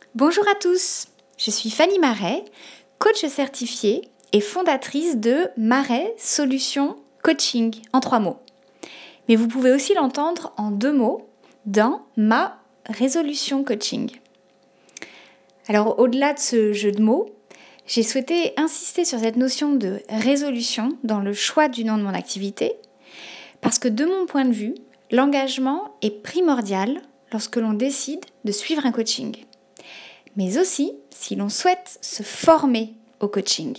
Bonjour à tous, je suis Fanny Marais, coach certifiée et fondatrice de Marais Solutions Coaching en 3 mots. Mais vous pouvez aussi l'entendre en 2 mots dans ma résolution coaching. Alors au-delà de ce jeu de mots, j'ai souhaité insister sur cette notion de résolution dans le choix du nom de mon activité parce que de mon point de vue, l'engagement est primordial lorsque l'on décide de suivre un coaching. Mais aussi si l'on souhaite se former au coaching.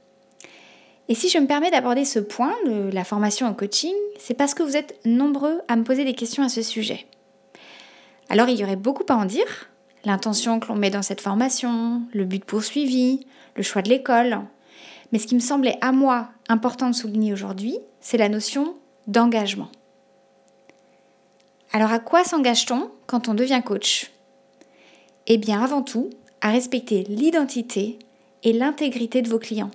Et si je me permets d'aborder ce point de la formation au coaching, c'est parce que vous êtes nombreux à me poser des questions à ce sujet. Alors il y aurait beaucoup à en dire, l'intention que l'on met dans cette formation, le but poursuivi, le choix de l'école. Mais ce qui me semblait à moi important de souligner aujourd'hui, c'est la notion d'engagement. Alors à quoi s'engage-t-on quand on devient coach ? Eh bien avant tout, à respecter l'identité et l'intégrité de vos clients.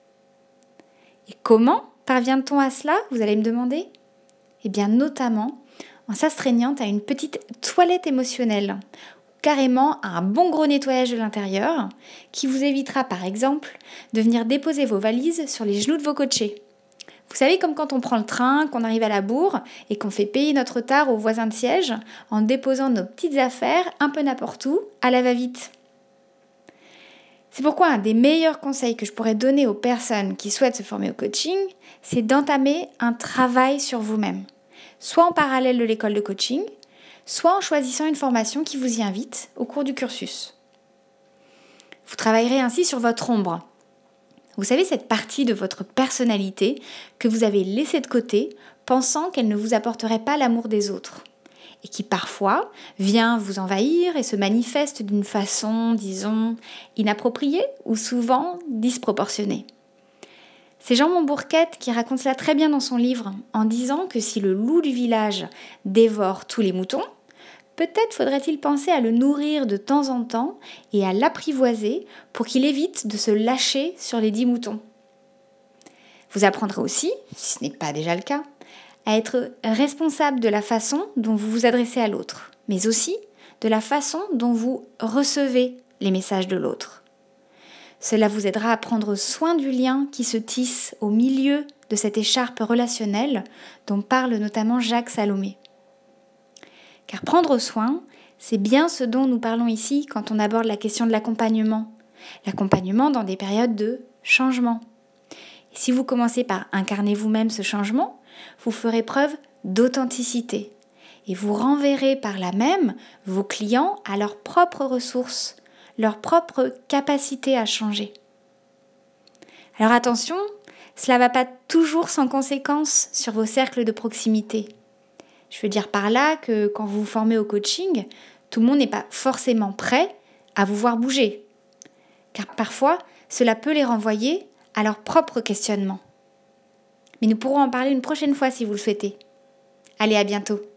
Et comment parvient-on à cela, vous allez me demander ? Eh bien notamment en s'astreignant à une petite toilette émotionnelle, carrément à un bon gros nettoyage de l'intérieur, qui vous évitera par exemple de venir déposer vos valises sur les genoux de vos coachés. Vous savez, comme quand on prend le train, qu'on arrive à la bourre et qu'on fait payer notre retard aux voisins de siège en déposant nos petites affaires un peu n'importe où, à la va-vite. C'est pourquoi un des meilleurs conseils que je pourrais donner aux personnes qui souhaitent se former au coaching, c'est d'entamer un travail sur vous-même, soit en parallèle de l'école de coaching, soit en choisissant une formation qui vous y invite au cours du cursus. Vous travaillerez ainsi sur votre ombre. Vous savez, cette partie de votre personnalité que vous avez laissée de côté, pensant qu'elle ne vous apporterait pas l'amour des autres, et qui parfois vient vous envahir et se manifeste d'une façon, disons, inappropriée ou souvent disproportionnée. C'est Jean Montbourquette qui raconte cela très bien dans son livre, en disant que si le loup du village dévore tous les moutons, peut-être faudrait-il penser à le nourrir de temps en temps et à l'apprivoiser pour qu'il évite de se lâcher sur les 10 moutons. Vous apprendrez aussi, si ce n'est pas déjà le cas, à être responsable de la façon dont vous vous adressez à l'autre, mais aussi de la façon dont vous recevez les messages de l'autre. Cela vous aidera à prendre soin du lien qui se tisse au milieu de cette écharpe relationnelle dont parle notamment Jacques Salomé. Car prendre soin, c'est bien ce dont nous parlons ici quand on aborde la question de l'accompagnement. L'accompagnement dans des périodes de changement. Et si vous commencez par incarner vous-même ce changement, vous ferez preuve d'authenticité et vous renverrez par là même vos clients à leurs propres ressources, leur propre capacité à changer. Alors attention, cela ne va pas toujours sans conséquence sur vos cercles de proximité. Je veux dire par là que quand vous vous formez au coaching, tout le monde n'est pas forcément prêt à vous voir bouger. Car parfois, cela peut les renvoyer à leur propre questionnement. Mais nous pourrons en parler une prochaine fois si vous le souhaitez. Allez, à bientôt.